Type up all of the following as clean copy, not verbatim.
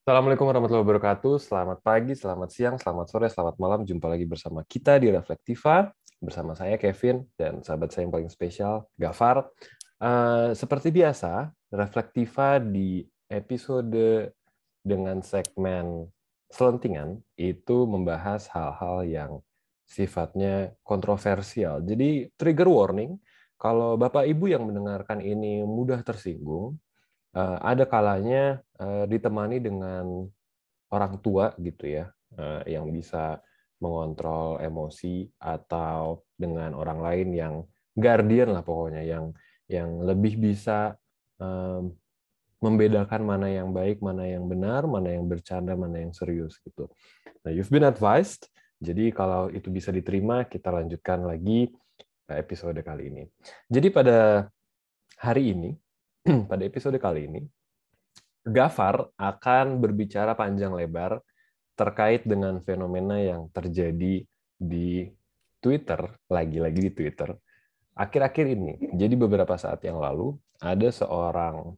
Assalamualaikum warahmatullahi wabarakatuh. Selamat pagi, selamat siang, selamat sore, selamat malam. Jumpa lagi bersama kita di Reflektiva. Bersama saya Kevin dan sahabat saya yang paling spesial, Gafar. Seperti biasa, Reflektiva di episode dengan segmen selentingan itu membahas hal-hal yang sifatnya kontroversial. Jadi trigger warning, kalau Bapak Ibu yang mendengarkan ini mudah tersinggung, ada kalanya ditemani dengan orang tua gitu ya, yang bisa mengontrol emosi atau dengan orang lain yang guardian lah pokoknya, yang lebih bisa membedakan mana yang baik, mana yang benar, mana yang bercanda, mana yang serius gitu. Nah, you've been advised. Jadi kalau itu bisa diterima, kita lanjutkan lagi episode kali ini. Jadi pada hari ini, pada episode kali ini, Gafar akan berbicara panjang lebar terkait dengan fenomena yang terjadi di Twitter, lagi-lagi di Twitter, akhir-akhir ini. Jadi beberapa saat yang lalu, ada seorang,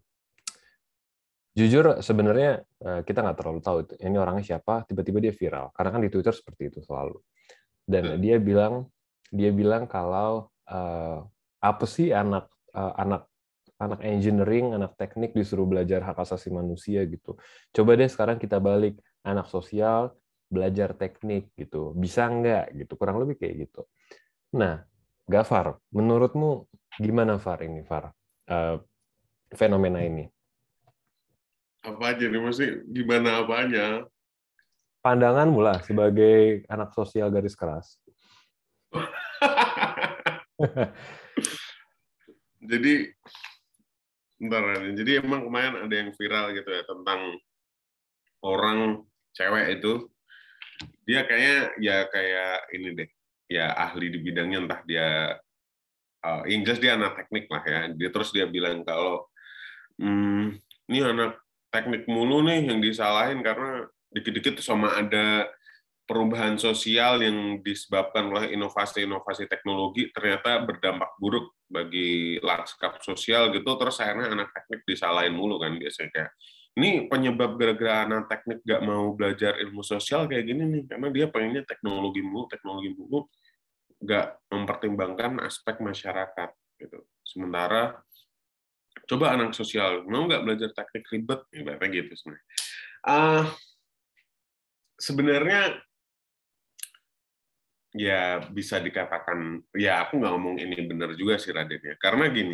jujur sebenarnya kita nggak terlalu tahu ini orangnya siapa, tiba-tiba dia viral. Karena kan di Twitter seperti itu selalu. Dan dia bilang kalau apa sih anak engineering, anak teknik disuruh belajar hak asasi manusia gitu. Coba deh sekarang kita balik, anak sosial belajar teknik gitu. Bisa nggak gitu? Kurang lebih kayak gitu. Nah, Gafar, menurutmu gimana Far ini, Far? Fenomena ini. Apa aja nih, mesti gimana apanya? Pandanganmu lah sebagai anak sosial garis keras. Jadi, bentar, jadi emang kemarin ada yang viral gitu ya tentang orang cewek itu, dia kayaknya ya kayak ini deh, ya ahli di bidangnya, entah dia yang jelas dia anak teknik lah ya. Dia bilang kalau ini anak teknik mulu nih yang disalahin karena dikit-dikit sama ada perubahan sosial yang disebabkan oleh inovasi-inovasi teknologi ternyata berdampak buruk bagi lanskap sosial gitu, terus akhirnya anak teknik disalahin mulu kan biasanya, kayak ini penyebab gara-gara anak teknik gak mau belajar ilmu sosial kayak gini nih, karena dia pengennya teknologi mulu, gak mempertimbangkan aspek masyarakat gitu. Sementara coba anak sosial mau nggak belajar teknik ribet, ibaratnya gitu sebenarnya. Sebenarnya ya bisa dikatakan, ya aku nggak ngomong ini benar juga sih Raden ya, karena gini,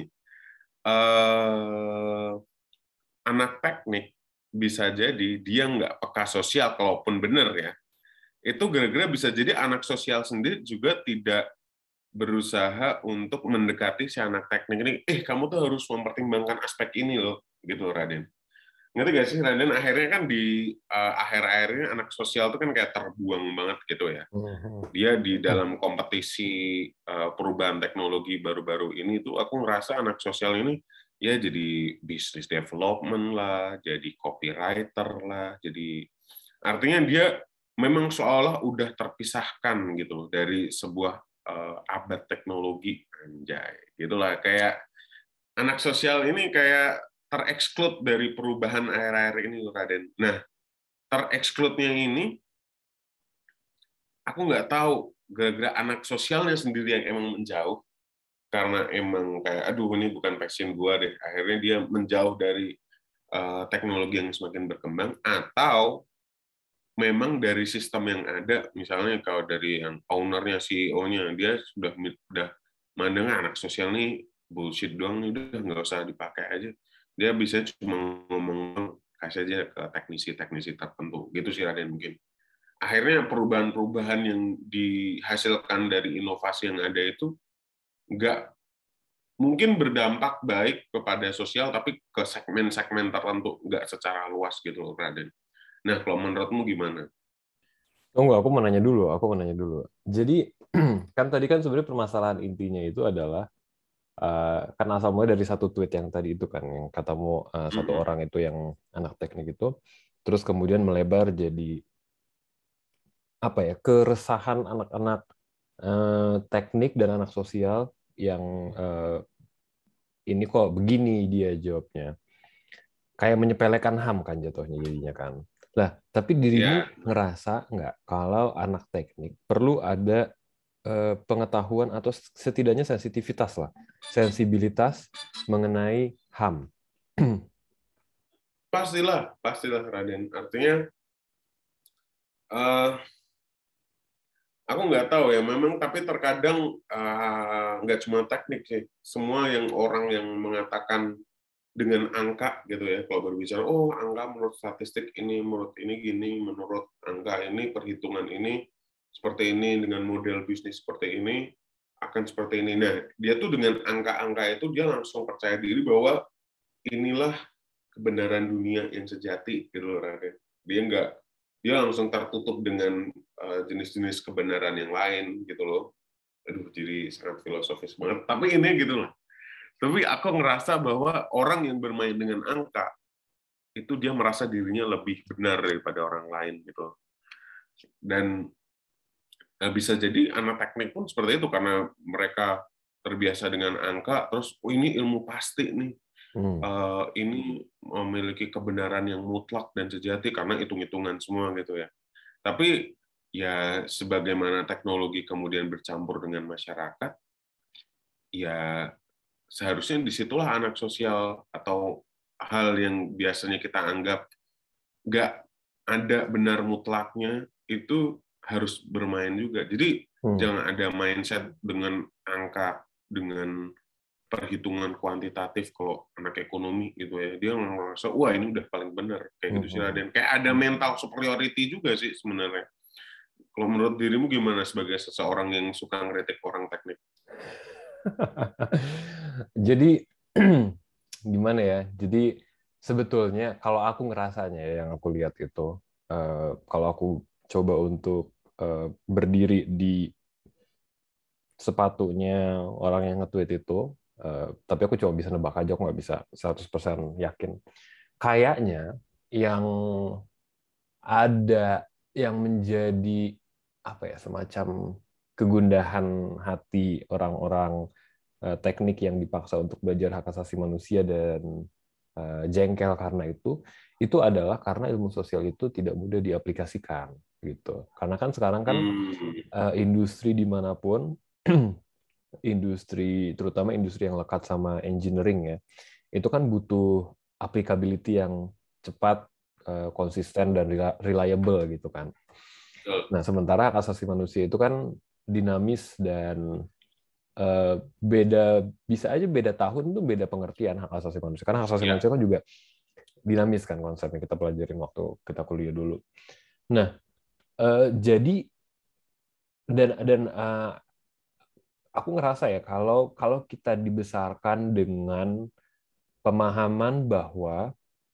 eh, anak teknik bisa jadi dia nggak peka sosial, kalaupun benar ya, itu gara-gara bisa jadi anak sosial sendiri juga tidak berusaha untuk mendekati si anak teknik ini, kamu tuh harus mempertimbangkan aspek ini loh, gitu Raden. Ngerti gak sih Raden, akhirnya kan di akhir-akhirnya anak sosial tuh kan kayak terbuang banget gitu ya. Dia di dalam kompetisi perubahan teknologi baru-baru ini tuh aku ngerasa anak sosial ini ya jadi business development lah, jadi copywriter lah, jadi artinya dia memang seolah udah terpisahkan gitu dari sebuah abad teknologi, anjay gitulah, kayak anak sosial ini kayak tereksklut dari perubahan akhir-akhir ini Raden. Nah, tereksklusnya ini aku nggak tahu gara-gara anak sosialnya sendiri yang emang menjauh, karena emang kayak aduh ini bukan passion gua deh, akhirnya dia menjauh dari teknologi yang semakin berkembang, atau memang dari sistem yang ada, misalnya kalau dari yang ownernya, CEO-nya, dia sudah mandang anak sosial nih bullshit doang, udah nggak usah dipakai aja, dia bisa cuma ngomong kasih aja ke teknisi-teknisi tertentu gitu sih Raden. Mungkin akhirnya perubahan-perubahan yang dihasilkan dari inovasi yang ada itu nggak mungkin berdampak baik kepada sosial, tapi ke segmen-segmen tertentu, nggak secara luas gitu loh, Raden. Nah, kalau menurutmu gimana? Tunggu, aku mau nanya dulu. Jadi, kan tadi kan sebenarnya permasalahan intinya itu adalah kan asal mulai dari satu tweet yang tadi itu kan, yang katamu satu orang itu yang anak teknik itu, terus kemudian melebar jadi apa ya, keresahan anak-anak teknik dan anak sosial yang ini kok begini dia jawabnya, kayak menyepelekan HAM kan jatuhnya jadinya kan. Lah, tapi dirimu Ya, ngerasa nggak kalau anak teknik perlu ada pengetahuan atau setidaknya sensitivitas lah, sensibilitas mengenai HAM. pastilah, pastilah Raden. Artinya, eh, aku nggak tahu ya, memang tapi terkadang nggak cuma teknik sih. Semua yang orang yang mengatakan dengan angka gitu ya, kalau berbicara, oh angka menurut statistik ini, menurut ini gini, menurut angka ini, perhitungan ini, seperti ini, dengan model bisnis seperti ini, akan seperti ini. Nah, dia tuh dengan angka-angka itu, dia langsung percaya diri bahwa inilah kebenaran dunia yang sejati gitu loh, Raden. Dia langsung tertutup dengan jenis-jenis kebenaran yang lain gitu loh. Aduh, jadi sangat filosofis banget. Tapi ini gitu loh. Tapi aku ngerasa bahwa orang yang bermain dengan angka itu dia merasa dirinya lebih benar daripada orang lain gitu. Dan bisa jadi anak teknik pun seperti itu karena mereka terbiasa dengan angka, terus oh ini ilmu pasti nih. Hmm. Ini memiliki kebenaran yang mutlak dan sejati karena hitung-hitungan semua gitu ya. Tapi ya sebagaimana teknologi kemudian bercampur dengan masyarakat, ya seharusnya disitulah anak sosial atau hal yang biasanya kita anggap nggak ada benar mutlaknya itu harus bermain juga. Jadi Hmm. jangan ada mindset dengan angka, dengan perhitungan kuantitatif kalau anak ekonomi gitu ya. Dia ngerasa, wah ini udah paling benar. Kayak gitu sih, Hmm. Raden. Kayak ada mental superiority juga sih sebenarnya. Kalau menurut dirimu gimana sebagai seseorang yang suka ngeritik orang teknik? Jadi gimana ya? Jadi sebetulnya kalau aku ngerasanya ya, yang aku lihat itu, kalau aku coba untuk berdiri di sepatunya orang yang nge-tweet itu, tapi aku cuma bisa nebak aja, aku nggak bisa 100% yakin. Kayaknya yang ada yang menjadi apa ya, semacam kegundahan hati orang-orang teknik yang dipaksa untuk belajar hak asasi manusia dan jengkel karena itu adalah karena ilmu sosial itu tidak mudah diaplikasikan gitu. Karena kan sekarang kan Hmm, industri dimanapun, industri terutama industri yang lekat sama engineering ya, itu kan butuh applicability yang cepat, konsisten dan reliable gitu kan. betul. Nah, sementara hak asasi manusia itu kan dinamis dan beda, bisa aja beda tahun tuh beda pengertian hak asasi manusia. Karena hak asasi Ya, manusia kan juga dinamis kan konsepnya, kita pelajarin waktu kita kuliah dulu. Nah, jadi dan aku ngerasa ya kalau kalau kita dibesarkan dengan pemahaman bahwa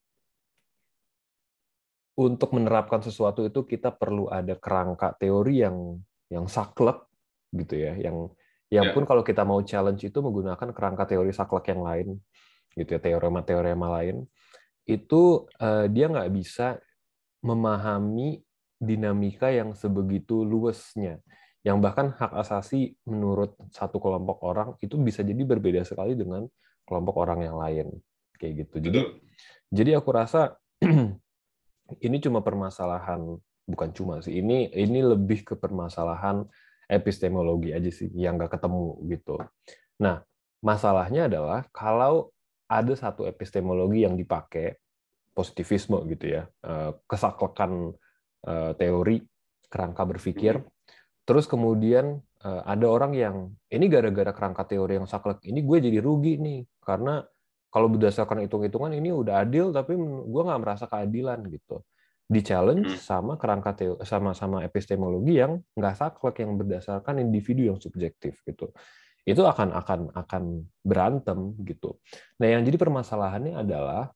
untuk menerapkan sesuatu itu kita perlu ada kerangka teori yang saklek gitu ya, yang pun ya, kalau kita mau challenge itu menggunakan kerangka teori saklek yang lain gitu ya, teorema-teorema lain, itu dia nggak bisa memahami dinamika yang sebegitu luasnya, yang bahkan hak asasi menurut satu kelompok orang itu bisa jadi berbeda sekali dengan kelompok orang yang lain kayak gitu. betul. Jadi aku rasa ini cuma permasalahan, bukan cuma sih, ini lebih ke permasalahan epistemologi aja sih yang nggak ketemu gitu. Nah, masalahnya adalah kalau ada satu epistemologi yang dipakai, positivisme gitu ya, kesaklekan teori, kerangka berpikir, Mhm. terus kemudian ada orang yang ini gara-gara kerangka teori yang saklek ini gue jadi rugi nih, karena kalau berdasarkan hitung-hitungan ini udah adil tapi gue nggak merasa keadilan gitu. Di challenge Mhm. sama kerangka teori, sama epistemologi yang nggak saklek, yang berdasarkan individu yang subjektif gitu. Itu akan berantem gitu. Nah, yang jadi permasalahannya adalah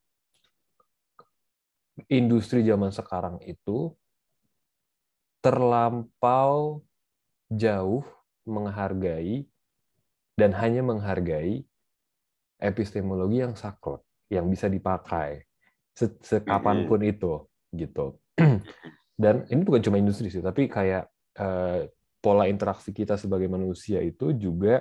industri zaman sekarang itu terlampau jauh menghargai dan hanya menghargai epistemologi yang saklek, yang bisa dipakai Mhm. sekapanpun itu gitu. Dan ini bukan cuma industri sih, tapi kayak pola interaksi kita sebagai manusia itu juga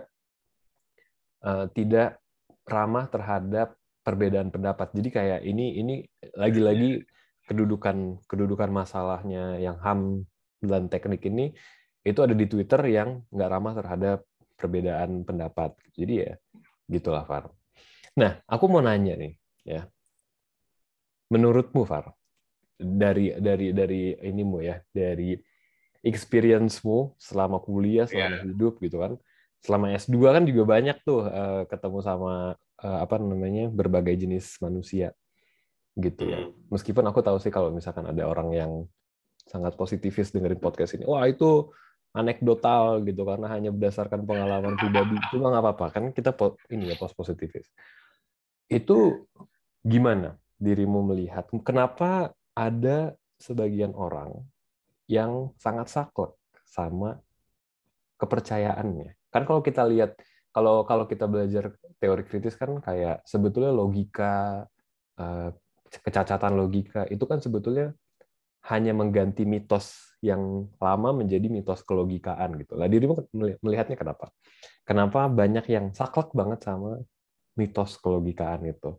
tidak ramah terhadap perbedaan pendapat. Jadi kayak ini lagi-lagi kedudukan masalahnya yang HAM dan teknik ini itu ada di Twitter yang nggak ramah terhadap perbedaan pendapat. Jadi ya gitulah, Far. Nah, aku mau nanya nih, ya. Menurutmu, Far, dari inimu ya, dari experience-mu selama kuliah, selama Ya. hidup gitu kan. Selama S2 kan juga banyak tuh ketemu sama apa namanya berbagai jenis manusia gitu ya. Hmm. Meskipun aku tahu sih kalau misalkan ada orang yang sangat positivis dengerin podcast ini, wah itu anekdotal gitu karena hanya berdasarkan pengalaman pribadi. Cuma nggak apa-apa kan kita ini ya post positivis. Itu gimana dirimu melihat kenapa ada sebagian orang yang sangat saklek sama kepercayaannya. Kan kalau kita lihat, kalau kalau kita belajar teori kritis kan kayak sebetulnya logika, eh, kecacatan logika itu kan sebetulnya hanya mengganti mitos yang lama menjadi mitos kelogikaan gitu. Lah dirimu melihatnya kenapa? Kenapa banyak yang saklek banget sama mitos kelogikaan itu?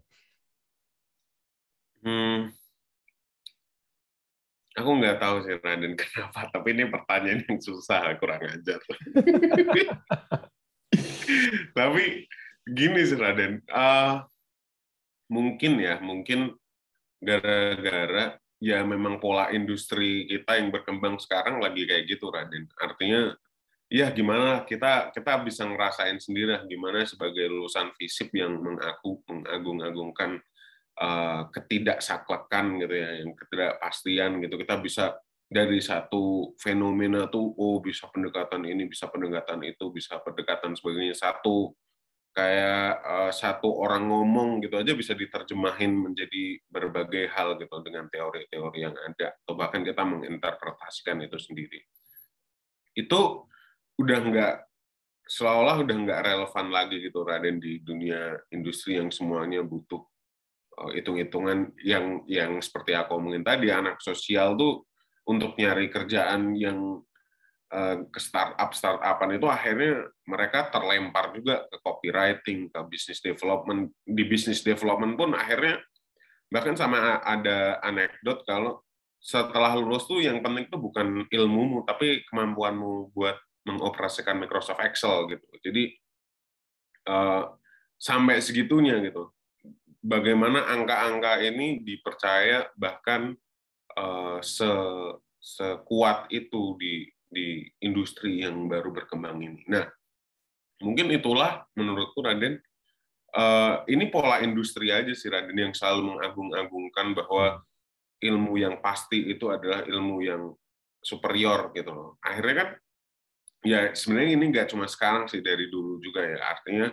Hmm. Aku nggak tahu sih Raden kenapa, tapi ini pertanyaan yang susah, kurang ajar. Tapi gini sih Raden, mungkin gara-gara ya memang pola industri kita yang berkembang sekarang lagi kayak gitu Raden. Artinya ya gimana kita kita bisa ngerasain sendiri lah gimana sebagai lulusan FISIP yang mengagung-agungkan ketidaksaklekan gitu ya, yang ketidakpastian gitu. Kita bisa dari satu fenomena tuh, oh bisa pendekatan ini, bisa pendekatan itu, bisa pendekatan sebagainya. Satu orang ngomong gitu aja bisa diterjemahin menjadi berbagai hal gitu dengan teori-teori yang ada, atau bahkan kita menginterpretasikan itu sendiri. Itu udah nggak seolah udah nggak relevan lagi gitu Raden di dunia industri yang semuanya butuh hitung-hitungan yang seperti aku omongin tadi, anak sosial tuh untuk nyari kerjaan yang ke startupan itu akhirnya mereka terlempar juga ke copywriting, ke business development. Di business development pun akhirnya bahkan sama ada anekdot kalau setelah lulus tuh yang penting tuh bukan ilmumu tapi kemampuanmu buat mengoperasikan Microsoft Excel gitu. Jadi sampai segitunya gitu. Bagaimana angka-angka ini dipercaya bahkan sekuat itu di industri yang baru berkembang ini. Nah, mungkin itulah menurutku Raden, ini pola industri aja sih Raden yang selalu mengagung-agungkan bahwa ilmu yang pasti itu adalah ilmu yang superior gitu loh. Akhirnya kan ya sebenarnya ini nggak cuma sekarang sih, dari dulu juga ya. Artinya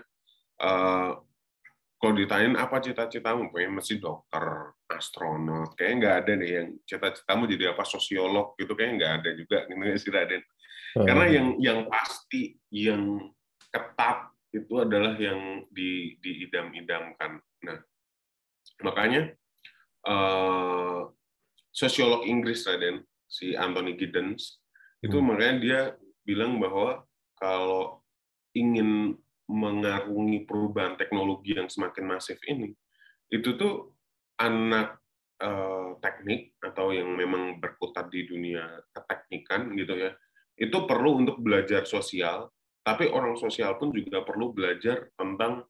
kalau ditanyain apa cita-citamu, pengen mesti dokter, astronot, kayaknya nggak ada deh yang cita-citamu jadi apa, sosiolog gitu, kayaknya nggak ada juga gitu ya sih Raden. Karena yang pasti, yang ketat itu adalah yang diidam-idamkan. Nah, makanya sosiolog Inggris Raden, si Anthony Giddens, itu makanya dia bilang bahwa kalau ingin mengarungi perubahan teknologi yang semakin masif ini, itu tuh anak teknik atau yang memang berkutat di dunia keteknikan gitu ya, itu perlu untuk belajar sosial, tapi orang sosial pun juga perlu belajar tentang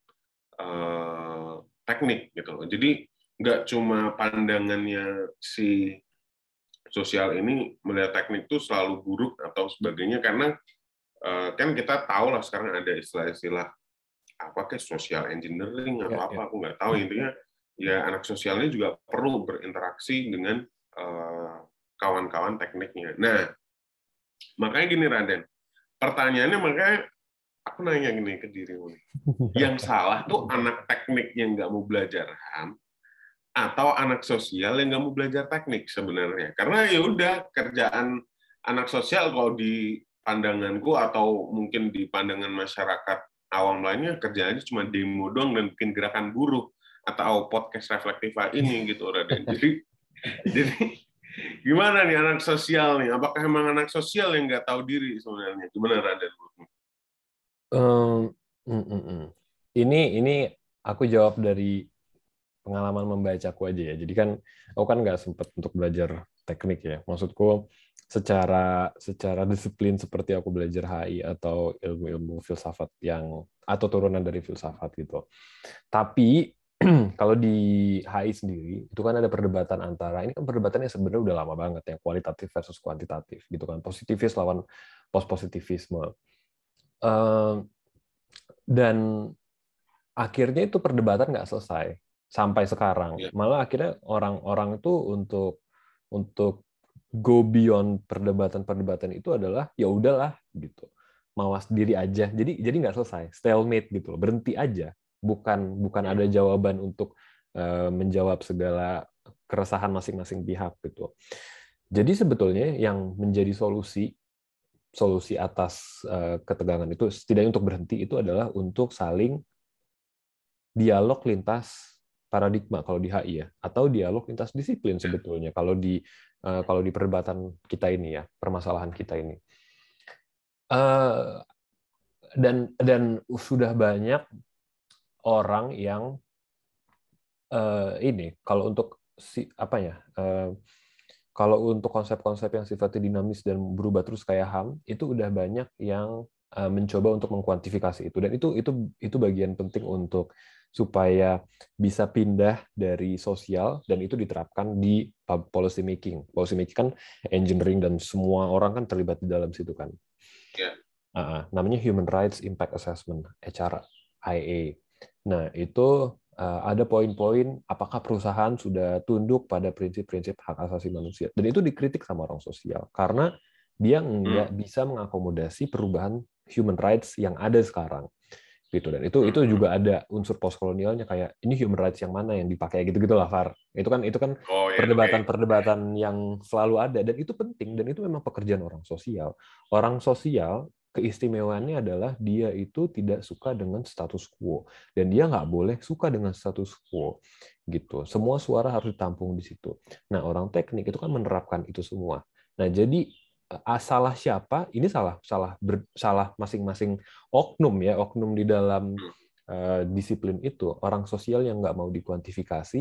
teknik gitu loh. Jadi nggak cuma pandangannya si sosial ini melihat teknik itu selalu buruk atau sebagainya, karena kan kita tahu lah sekarang ada istilah-istilah apa kayak social engineering atau apa, aku nggak tahu, intinya ya anak sosialnya juga perlu berinteraksi dengan kawan-kawan tekniknya. Nah, makanya gini Raden, pertanyaannya makanya aku nanya gini ke dirimu, yang salah tuh anak teknik yang nggak mau belajar HAM atau anak sosial yang nggak mau belajar teknik sebenarnya? Karena ya udah, kerjaan anak sosial kalau di pandanganku atau mungkin di pandangan masyarakat awam lainnya, kerjaannya cuma demo doang dan bikin gerakan buruh atau podcast reflektiva ini gitu Raden. Jadi gimana nih anak sosial nih? Apakah emang anak sosial yang nggak tahu diri sebenarnya? Gimana Raden? Ini aku jawab dari pengalaman membacaku aja ya. Jadi kan aku kan nggak sempat untuk belajar teknik ya. Maksudku secara disiplin seperti aku belajar HI atau ilmu-ilmu filsafat atau turunan dari filsafat gitu. Tapi kalau di HI sendiri itu kan ada perdebatan antara, ini kan perdebatannya sebenarnya udah lama banget ya, kualitatif versus kuantitatif gitu kan, positivis lawan post-positivisme. Dan akhirnya itu perdebatan nggak selesai sampai sekarang. Ya. Malah akhirnya orang-orang itu untuk go beyond perdebatan-perdebatan itu adalah ya udahlah gitu, mawas diri aja. Jadi nggak selesai, stalemate gitu loh, berhenti aja. Bukan ada jawaban untuk menjawab segala keresahan masing-masing pihak gitu. Jadi sebetulnya yang menjadi solusi atas ketegangan itu setidaknya untuk berhenti itu adalah untuk saling dialog lintas paradigma kalau di HI ya, atau dialog lintas disiplin sebetulnya kalau di perdebatan kita ini ya, permasalahan kita ini. Dan sudah banyak orang yang ini kalau untuk kalau untuk konsep-konsep yang sifatnya dinamis dan berubah terus kayak HAM itu udah banyak yang mencoba untuk mengkuantifikasi itu, dan itu bagian penting untuk supaya bisa pindah dari sosial dan itu diterapkan di policy making. Policy making kan engineering dan semua orang kan terlibat di dalam situ kan. Ya. Namanya Human Rights Impact Assessment, HRIA. Nah, itu ada poin-poin apakah perusahaan sudah tunduk pada prinsip-prinsip hak asasi manusia. Dan itu dikritik sama orang sosial karena dia nggak bisa mengakomodasi perubahan human rights yang ada sekarang. Gitu. Dan itu juga ada unsur postkolonialnya, kayak ini human rights yang mana yang dipakai gitu-gitu lah, Far. Itu kan perdebatan-perdebatan yang selalu ada, dan itu penting, dan itu memang pekerjaan orang sosial. Orang sosial keistimewaannya adalah dia itu tidak suka dengan status quo, dan dia nggak boleh suka dengan status quo gitu. Semua suara harus ditampung di situ. Nah, orang teknik itu kan menerapkan itu semua. Nah, jadi salah siapa? Ini salah masing-masing oknum di dalam disiplin itu. Orang sosial yang nggak mau dikuantifikasi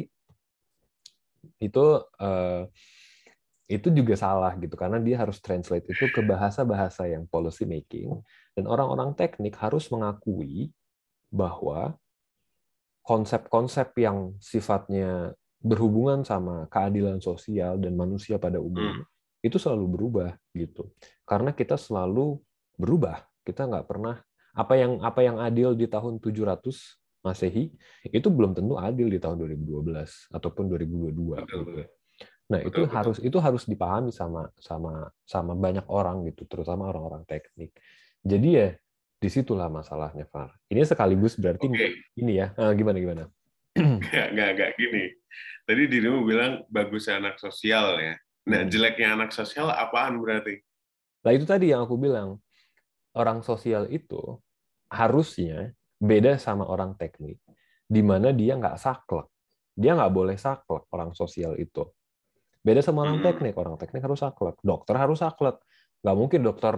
itu juga salah gitu, karena dia harus translate itu ke bahasa-bahasa yang policy making, dan orang-orang teknik harus mengakui bahwa konsep-konsep yang sifatnya berhubungan sama keadilan sosial dan manusia pada umumnya itu selalu berubah gitu, karena kita selalu berubah. Kita nggak pernah, apa yang adil di tahun 700 Masehi itu belum tentu adil di tahun 2012 ataupun 2022 gitu. Nah, itu harus dipahami sama banyak orang gitu, terutama orang-orang teknik. Jadi ya disitulah masalahnya, Far. Ini sekaligus berarti ini ya, gimana? Nggak gini. Tadi dirimu bilang bagusnya anak sosial ya. Nah, jeleknya anak sosial apaan berarti? Nah, itu tadi yang aku bilang. Orang sosial itu harusnya beda sama orang teknik, di mana dia nggak saklek. Dia nggak boleh saklek, orang sosial itu. Beda sama orang teknik harus saklek. Dokter harus saklek. Nggak mungkin dokter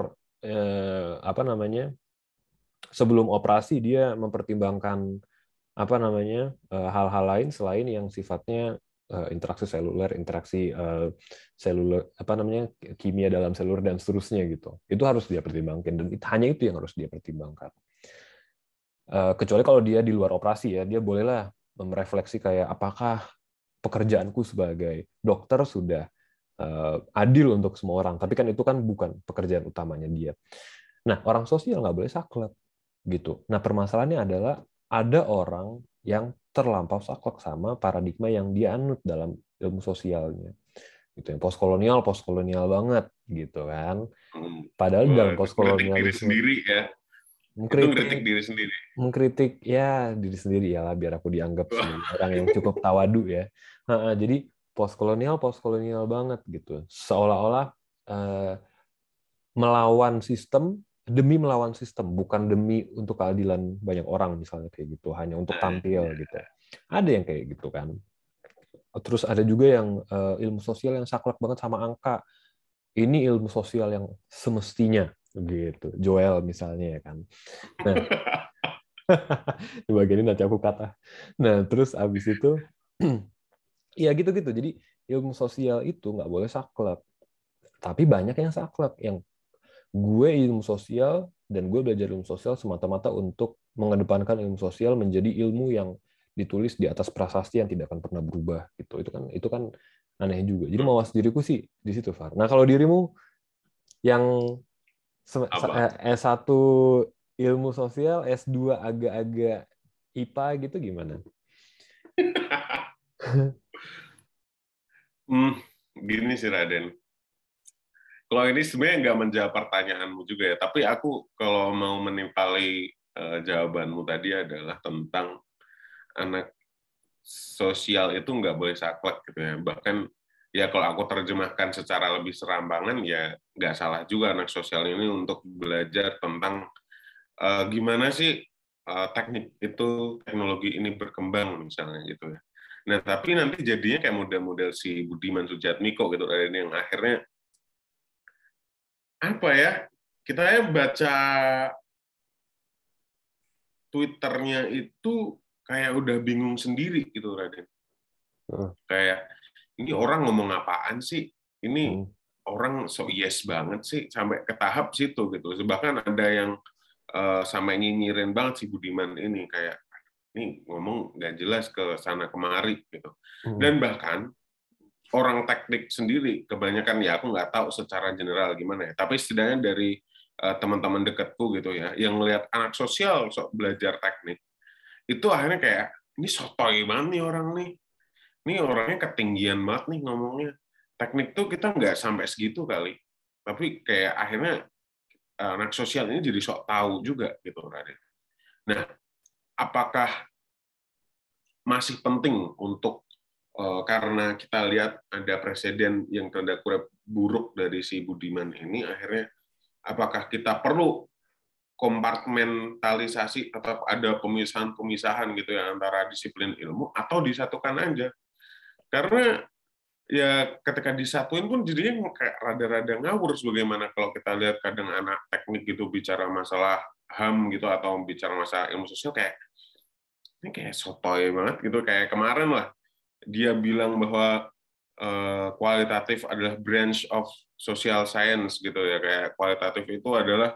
sebelum operasi dia mempertimbangkan hal-hal lain selain yang sifatnya interaksi seluler, kimia dalam selur dan seterusnya gitu. Itu harus dia pertimbangkan, dan hanya itu yang harus dia pertimbangkan. Kecuali kalau dia di luar operasi ya, dia bolehlah merefleksi kayak apakah pekerjaanku sebagai dokter sudah adil untuk semua orang. Tapi kan itu kan bukan pekerjaan utamanya dia. Nah, orang sosial nggak boleh saklek gitu. Nah, permasalahannya adalah ada orang yang terlampau saklek sama paradigma yang dia anut dalam ilmu sosialnya. Gitu, yang postkolonial banget gitu kan. Padahal dalam postkolonialisme sendiri ya. Mengkritik diri sendiri. Mengkritik ya diri sendiri ya lah, biar aku dianggap sebagai orang yang cukup tawadu ya. Jadi postkolonial banget gitu. Seolah-olah melawan sistem demi melawan sistem, bukan demi untuk keadilan banyak orang misalnya kayak gitu, hanya untuk tampil gitu. Ada yang kayak gitu kan. Terus ada juga yang ilmu sosial yang saklek banget sama angka. Ini ilmu sosial yang semestinya gitu. Joel misalnya ya kan. Nah, di bagian ini nanti aku kata. Nah, terus abis itu ya gitu-gitu. Jadi ilmu sosial itu nggak boleh saklek. Tapi banyak yang saklek, yang gue ilmu sosial dan gue belajar ilmu sosial semata-mata untuk mengedepankan ilmu sosial menjadi ilmu yang ditulis di atas prasasti yang tidak akan pernah berubah gitu. Itu kan aneh juga. Jadi mawas diriku sih di situ, Far. Nah, kalau dirimu yang Apa? S1 ilmu sosial, S2 agak-agak IPA gitu gimana? Hmm, gini sih Raden. Kalau ini sebenarnya nggak menjawab pertanyaanmu juga ya, tapi aku kalau mau menimpali jawabanmu tadi adalah tentang anak sosial itu nggak boleh saklek gitu ya. Bahkan ya kalau aku terjemahkan secara lebih serampangan ya nggak salah juga anak sosial ini untuk belajar tentang gimana sih teknik itu, teknologi ini berkembang misalnya gitu ya. Nah tapi nanti jadinya kayak model-model si Budiman Sujatmiko gitu yang akhirnya apa ya, kita ya baca Twitternya itu kayak udah bingung sendiri gitu Raden. Kayak ini orang ngomong apaan sih? Ini orang so yes banget sih sampai ke tahap situ gitu. Bahkan ada yang sampai nyinyirin banget si Budiman ini kayak ini ngomong nggak jelas ke sana kemari gitu. Dan bahkan orang teknik sendiri kebanyakan ya aku nggak tahu secara general gimana ya. Tapi setidaknya dari teman-teman dekatku gitu ya, yang melihat anak sosial belajar teknik itu akhirnya kayak ini sotoy banget nih orang nih. Ini orangnya ketinggian banget nih ngomongnya. Teknik tuh kita nggak sampai segitu kali. Tapi kayak akhirnya anak sosial ini jadi sok tahu juga gitu, Raden. Nah, apakah masih penting untuk karena kita lihat ada presiden yang tanda kutip buruk dari si Budiman ini, akhirnya apakah kita perlu kompartmentalisasi atau ada pemisahan-pemisahan gitu ya antara disiplin ilmu atau disatukan aja? Karena ya ketika disatuin pun jadinya kayak rada-rada ngawur sebagaimana kalau kita lihat kadang anak teknik gitu bicara masalah HAM gitu atau bicara masalah ilmu sosial kayak ini kayak sotoy banget gitu kayak kemarin lah dia bilang bahwa kualitatif adalah branch of social science gitu ya, kayak kualitatif itu adalah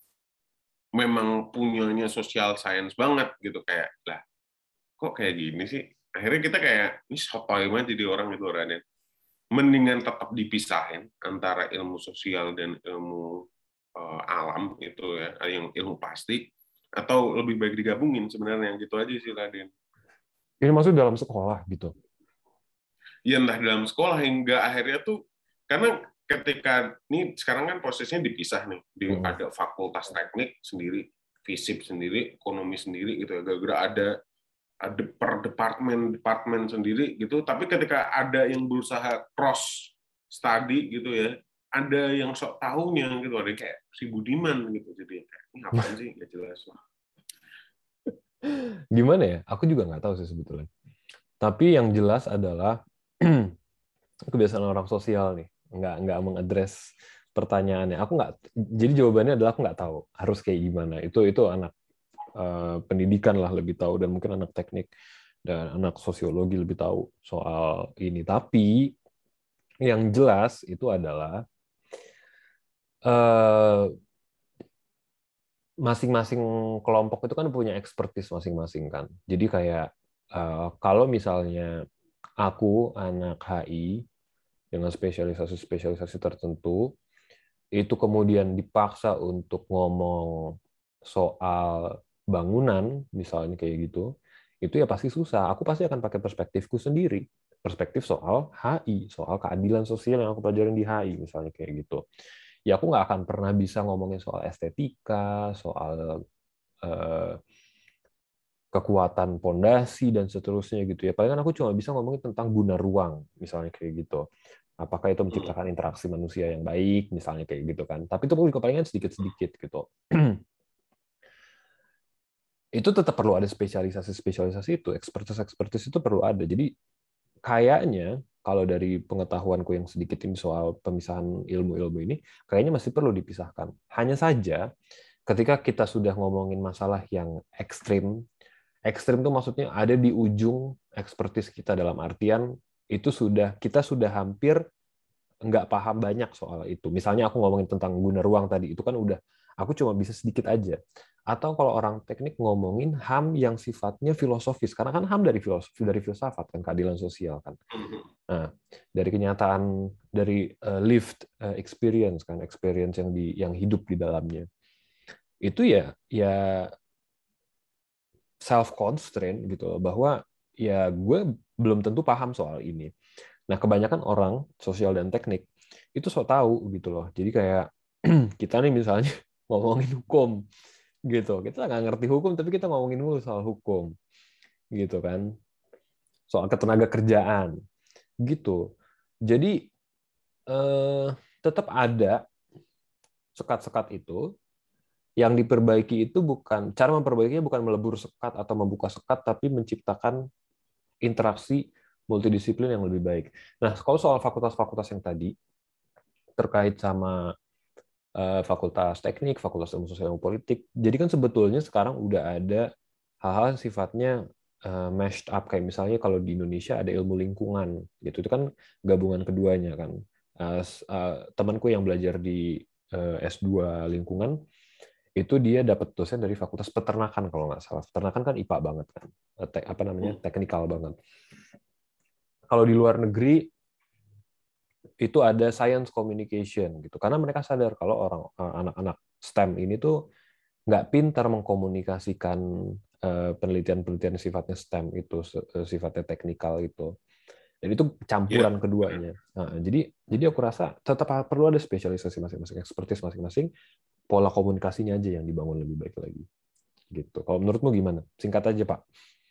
memang punyanya social science banget gitu, kayak lah kok kayak gini sih, akhirnya kita kayak ini sotoy banget jadi orang itu Raden. Mendingan tetap dipisahin antara ilmu sosial dan ilmu alam itu ya, yang ilmu pasti, atau lebih baik digabungin sebenarnya, yang gitu aja sih Raden. Ini maksud dalam sekolah gitu. Ya entah dalam sekolah hingga akhirnya tuh, karena ketika ini sekarang kan prosesnya dipisah nih, ada fakultas teknik sendiri, FISIP sendiri, ekonomi sendiri gitu ya, gara-gara ada per departemen sendiri gitu, tapi ketika ada yang berusaha cross study gitu ya, ada yang sok tahunya gitu, ada kayak si Budiman gitu, jadi kayak ini apaan sih nggak jelas lah. Gimana ya? Aku juga nggak tahu sih sebetulnya. Tapi yang jelas adalah kebiasaan orang sosial nih, nggak mengadres pertanyaannya. Aku nggak. Jadi jawabannya adalah aku nggak tahu harus kayak gimana. Itu anak pendidikan lah lebih tahu, dan mungkin anak teknik dan anak sosiologi lebih tahu soal ini. Tapi yang jelas itu adalah masing-masing kelompok itu kan punya expertise masing-masing kan. Jadi kayak kalau misalnya aku anak HI dengan spesialisasi tertentu, itu kemudian dipaksa untuk ngomong soal bangunan, misalnya kayak gitu, itu ya pasti susah. Aku pasti akan pakai perspektifku sendiri. Perspektif soal HI, soal keadilan sosial yang aku pelajarin di HI, misalnya kayak gitu. Ya aku nggak akan pernah bisa ngomongin soal estetika, soal eh, kekuatan pondasi dan seterusnya gitu ya. Palingan aku cuma bisa ngomongin tentang guna ruang, misalnya kayak gitu. Apakah itu menciptakan interaksi manusia yang baik, misalnya kayak gitu kan. Tapi itu juga palingan sedikit-sedikit gitu. Itu tetap perlu ada spesialisasi-spesialisasi itu, expertise itu perlu ada. Jadi kayaknya kalau dari pengetahuanku yang sedikit ini soal pemisahan ilmu-ilmu ini, kayaknya masih perlu dipisahkan. Hanya saja ketika kita sudah ngomongin masalah yang ekstrim, Ekstrim tuh maksudnya ada di ujung ekspertis kita, dalam artian kita sudah hampir nggak paham banyak soal itu. Misalnya aku ngomongin tentang guna ruang tadi, itu kan udah aku cuma bisa sedikit aja. Atau kalau orang teknik ngomongin HAM yang sifatnya filosofis, karena kan HAM dari filosofi, dari filsafat kan, keadilan sosial kan. Nah, dari kenyataan, dari lived experience kan, experience yang hidup di dalamnya. Itu ya self constraint gitu loh, bahwa ya gue belum tentu paham soal ini. Nah, kebanyakan orang sosial dan teknik itu so tahu gitu loh. Jadi kayak kita nih misalnya ngomongin hukum gitu. Kita nggak ngerti hukum, tapi kita ngomongin dulu soal hukum gitu kan. Soal ketenaga kerjaan gitu. Jadi tetap ada sekat-sekat itu. Yang diperbaiki itu bukan, cara memperbaikinya bukan melebur sekat atau membuka sekat, tapi menciptakan interaksi multidisiplin yang lebih baik. Nah, kalau soal fakultas-fakultas yang tadi, terkait sama fakultas teknik, fakultas ilmu sosial dan politik, jadi kan sebetulnya sekarang udah ada hal-hal yang sifatnya mashed up, kayak misalnya kalau di Indonesia ada ilmu lingkungan, gitu. Itu kan gabungan keduanya kan. Temanku yang belajar di S2 lingkungan, itu dia dapat dosen dari fakultas peternakan kalau nggak salah. Peternakan kan IPA banget kan, teknikal banget. Kalau di luar negeri itu ada science communication gitu, karena mereka sadar kalau anak-anak STEM ini tuh nggak pintar mengkomunikasikan penelitian-penelitian sifatnya STEM itu, sifatnya teknikal itu. Dan itu campuran keduanya. Nah, jadi aku rasa tetap perlu ada spesialisasi masing-masing, expertise masing-masing, pola komunikasinya aja yang dibangun lebih baik lagi. Gitu. Kalau menurutmu gimana? Singkat aja, Pak.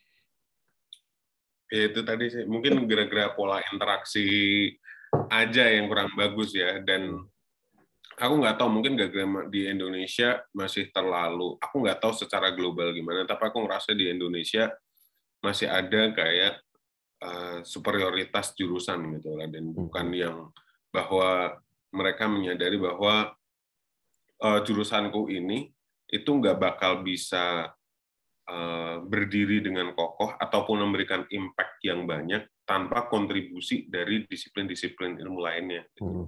Ya, itu tadi sih mungkin gara-gara pola interaksi aja yang kurang bagus ya, dan aku nggak tahu, mungkin gara-gara di Indonesia masih terlalu, aku nggak tahu secara global gimana, tapi aku ngerasa di Indonesia masih ada kayak superioritas jurusan gitu lah, dan bukan yang bahwa mereka menyadari bahwa jurusanku ini itu nggak bakal bisa berdiri dengan kokoh ataupun memberikan impact yang banyak tanpa kontribusi dari disiplin-disiplin ilmu lainnya.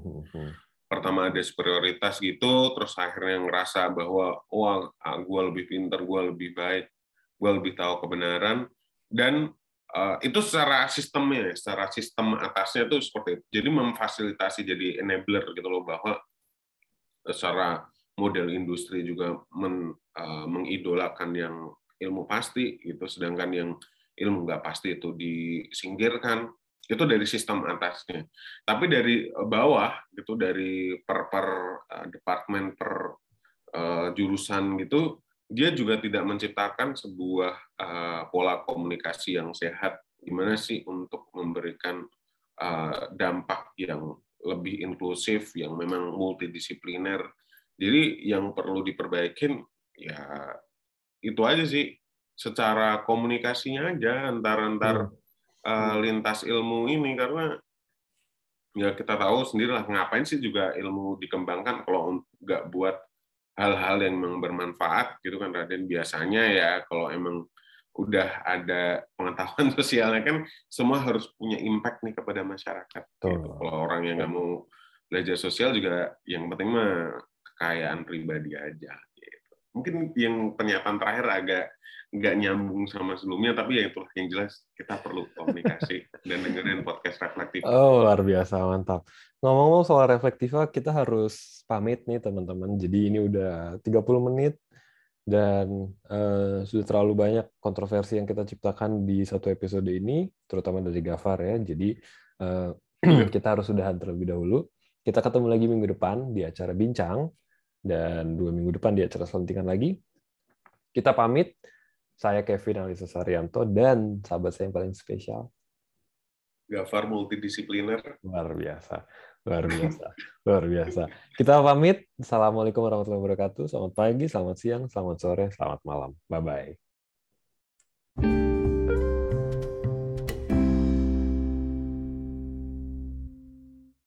Pertama ada superioritas gitu, terus akhirnya ngerasa bahwa wah, gue lebih pintar, gue lebih baik, gue lebih tahu kebenaran, dan itu secara sistemnya, secara sistem atasnya itu seperti itu. Jadi memfasilitasi, jadi enabler gitu loh, bahwa secara model industri juga mengidolakan yang ilmu pasti gitu, sedangkan yang ilmu nggak pasti itu disingkirkan. Itu dari sistem atasnya. Tapi dari bawah gitu, dari per departemen, per jurusan gitu, dia juga tidak menciptakan sebuah pola komunikasi yang sehat, gimana sih untuk memberikan dampak yang lebih inklusif, yang memang multidisipliner. Jadi yang perlu diperbaikin ya itu aja sih, secara komunikasinya aja antar lintas ilmu ini, karena ya kita tahu sendirilah, ngapain sih juga ilmu dikembangkan kalau nggak buat hal-hal yang memang bermanfaat gitu kan, Raden. Biasanya ya kalau emang udah ada pengetahuan sosialnya kan semua harus punya impact nih kepada masyarakat gitu. Kalau orang yang nggak mau belajar sosial juga, yang penting mah kekayaan pribadi aja gitu. Mungkin yang pernyataan terakhir agak nggak nyambung sama sebelumnya, tapi ya itulah yang jelas, kita perlu komunikasi dan dengerin podcast Reflektif. Oh, luar biasa, mantap. Ngomong-ngomong soal Reflektiva, kita harus pamit nih teman-teman. Jadi ini udah 30 menit dan sudah terlalu banyak kontroversi yang kita ciptakan di satu episode ini, terutama dari Gafar ya. Jadi kita harus sudahan terlebih dahulu. Kita ketemu lagi minggu depan di acara Bincang, dan 2 minggu depan di acara Selentingan lagi. Kita pamit. Saya Kevin Alisa Saryanto dan sahabat saya yang paling spesial, Gafar multidisipliner. Luar biasa. Luar biasa. Luar biasa. Kita pamit. Assalamualaikum warahmatullahi wabarakatuh. Selamat pagi, selamat siang, selamat sore, selamat malam. Bye-bye.